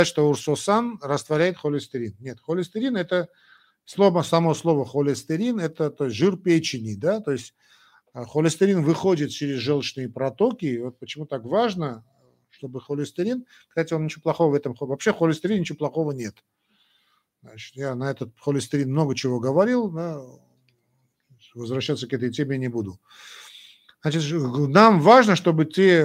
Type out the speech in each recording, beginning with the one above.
что урсосан растворяет холестерин. Нет, холестерин – это само слово холестерин – это то есть, жир печени, да, то есть холестерин выходит через желчные протоки. И вот почему так важно, чтобы холестерин, кстати, он ничего плохого в этом, вообще холестерин ничего плохого нет. Значит, я на этот холестерин много чего говорил, да, возвращаться к этой теме не буду. Значит, нам важно, чтобы те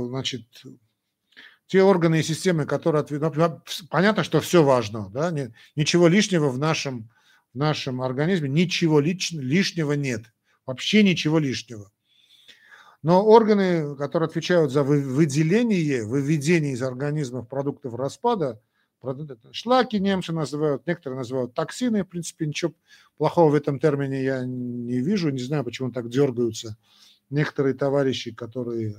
органы и системы, которые понятно, что все важно, да, ничего лишнего в нашем организме, ничего лишнего нет, вообще ничего лишнего. Но органы, которые отвечают за выведение из организма продуктов распада, шлаки немцы называют, некоторые называют токсины, в принципе, ничего плохого в этом термине я не вижу, не знаю, почему так дергаются некоторые товарищи, которые...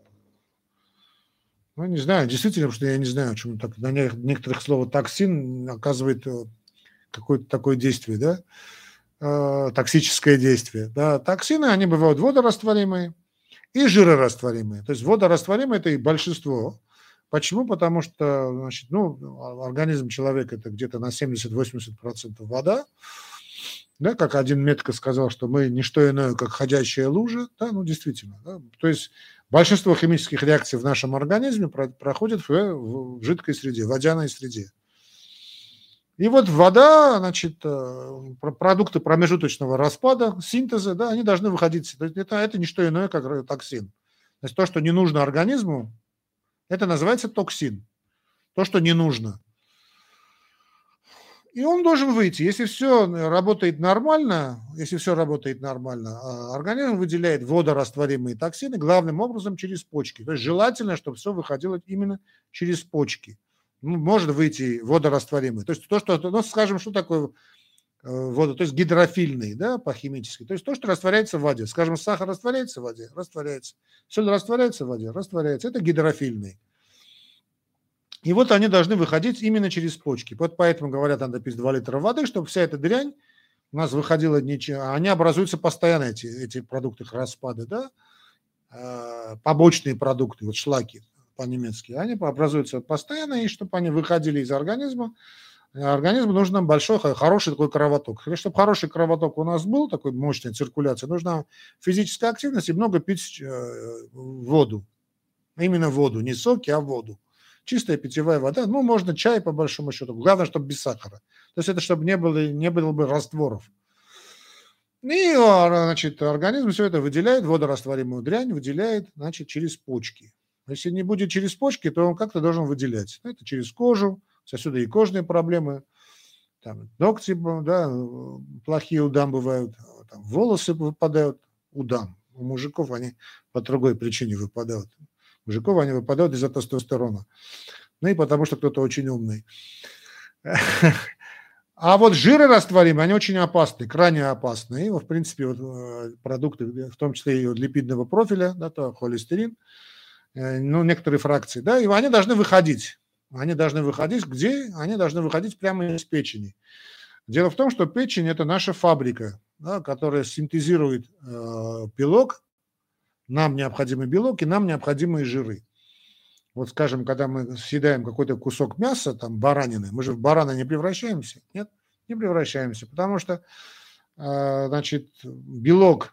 Ну, не знаю, действительно, потому что я не знаю, почему так на некоторых слово токсин оказывает какое-то такое действие, да, токсическое действие. Да. Токсины, они бывают водорастворимые и жирорастворимые. То есть водорастворимые – это и большинство. Почему? Потому что, значит, организм человека – это где-то на 70-80% вода. Да, как один метко сказал, что мы не что иное, как ходячая лужа. Да, действительно. Да. То есть большинство химических реакций в нашем организме проходит в жидкой среде, водяной среде. И вот вода, значит, продукты промежуточного распада, синтеза, да, они должны выходить. Это не что иное, как токсин. То есть то, что не нужно организму, это называется токсин. То, что не нужно. И он должен выйти. Если все работает нормально, организм выделяет водорастворимые токсины главным образом через почки. То есть желательно, чтобы все выходило именно через почки. Может выйти водорастворимый. То есть то, что, скажем, что такое вода, то есть гидрофильный, да, по-химически. То есть то, что растворяется в воде. Скажем, сахар растворяется в воде, растворяется. Соль растворяется в воде, растворяется. Это гидрофильный. И вот они должны выходить именно через почки. Вот поэтому говорят, надо пить 2 литра воды, чтобы вся эта дрянь у нас выходила ничего. Они образуются постоянно, эти продукты распада, да, побочные продукты, вот шлаки по-немецки, они образуются постоянно, и чтобы они выходили из организма, организму нужен большой, хороший такой кровоток. И чтобы хороший кровоток у нас был, такой мощная циркуляция, нужна физическая активность и много пить воду. Именно воду, не соки, а воду. Чистая питьевая вода, можно чай по большому счету, главное, чтобы без сахара. То есть это чтобы не было бы растворов. И, значит, организм все это выделяет, водорастворимую дрянь выделяет, значит, через почки. Если не будет через почки, то он как-то должен выделять. Это через кожу, отсюда и кожные проблемы, там, ногти, да, плохие у дам бывают, там, волосы выпадают у дам. У мужиков они по другой причине выпадают. У мужиков они выпадают из-за тестостерона. И потому что кто-то очень умный. А вот жиры растворимые, они очень опасны, крайне опасны. И, в принципе, вот продукты, в том числе и липидного профиля, да, то холестерин, некоторые фракции, да, и они должны выходить. Они должны выходить где? Они должны выходить прямо из печени. Дело в том, что печень – это наша фабрика, да, которая синтезирует белок, нам необходимый белок и нам необходимые жиры. Вот, скажем, когда мы съедаем какой-то кусок мяса, там, баранины, мы же в барана не превращаемся? Нет, не превращаемся, потому что, значит, белок,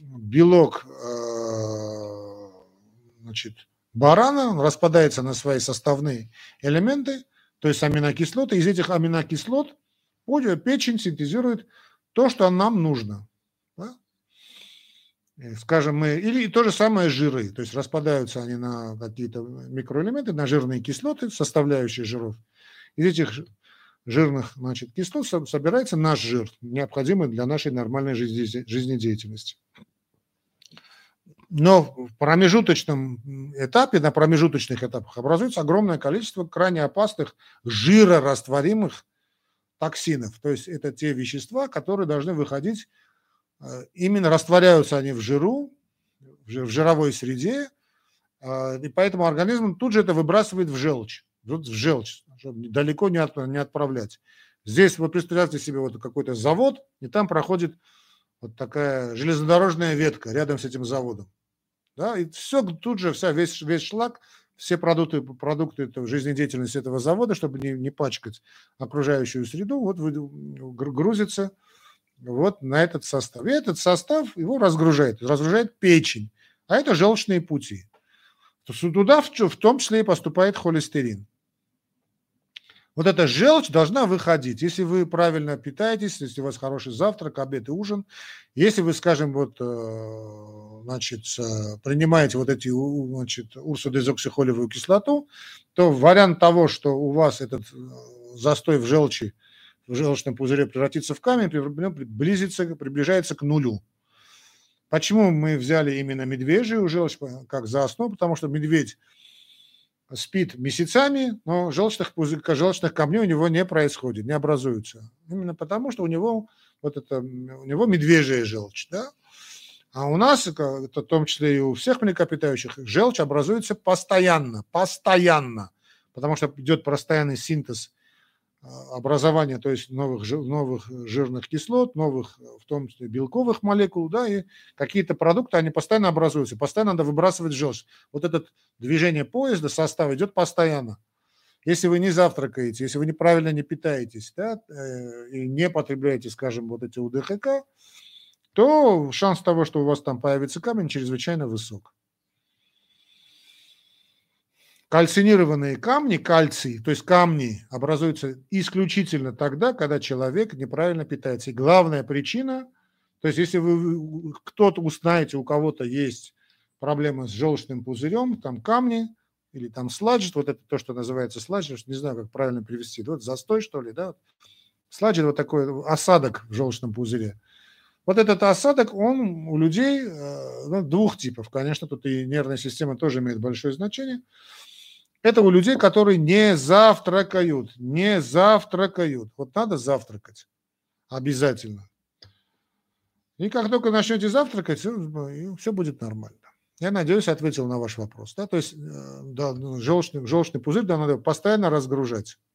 значит, барана, он распадается на свои составные элементы, то есть аминокислоты. Из этих аминокислот печень синтезирует то, что нам нужно. Да? Скажем, или то же самое жиры, то есть распадаются они на какие-то микроэлементы, на жирные кислоты, составляющие жиров. Из этих жирных, значит, кислот собирается наш жир, необходимый для нашей нормальной жизнедеятельности. Но в промежуточном этапе, на промежуточных этапах образуется огромное количество крайне опасных жирорастворимых токсинов. То есть это те вещества, которые должны выходить, именно растворяются они в жиру, в жировой среде, и поэтому организм тут же это выбрасывает в желчь, чтобы далеко не отправлять. Здесь вы представляете себе вот какой-то завод, и там проходит вот такая железнодорожная ветка рядом с этим заводом. Да, и все тут же, весь шлак все продукты жизнедеятельности этого завода, чтобы не пачкать окружающую среду, вот грузится вот на этот состав. И этот состав его разгружает печень, а это желчные пути. Туда в том числе и поступает холестерин. Вот эта желчь должна выходить. Если вы правильно питаетесь, если у вас хороший завтрак, обед и ужин, если вы, скажем, принимаете вот эти, урсодезоксихолевую кислоту, то вариант того, что у вас этот застой в желчном пузыре превратится в камень, приближается к нулю. Почему мы взяли именно медвежью желчь как за основу? Потому что медведь спит месяцами, но желчных камней у него не происходит, не образуются. Именно потому, что у него медвежья желчь, да? А у нас, в том числе и у всех млекопитающих, желчь образуется постоянно, потому что идет постоянный синтез образования, то есть новых жирных кислот, новых, в том числе белковых молекул, да, и какие-то продукты, они постоянно образуются, постоянно надо выбрасывать желчь. Вот это движение поезда, состав идет постоянно. Если вы не завтракаете, если вы неправильно не питаетесь, да, и не потребляете, скажем, вот эти УДХК, то шанс того, что у вас там появится камень, чрезвычайно высок. Кальцинированные камни, кальций, то есть камни, образуются исключительно тогда, когда человек неправильно питается. И главная причина, то есть если вы кто-то узнаете, у кого-то есть проблемы с желчным пузырем, там камни или там сладж, вот это то, что называется сладж, не знаю, как правильно перевести, вот застой, что ли, да? Сладж – это вот такой осадок в желчном пузыре. Вот этот осадок, он у людей двух типов. Конечно, тут и нервная система тоже имеет большое значение. Это у людей, которые не завтракают. Вот надо завтракать обязательно. И как только начнете завтракать, все будет нормально. Я надеюсь, ответил на ваш вопрос. Да? То есть желчный пузырь надо постоянно разгружать.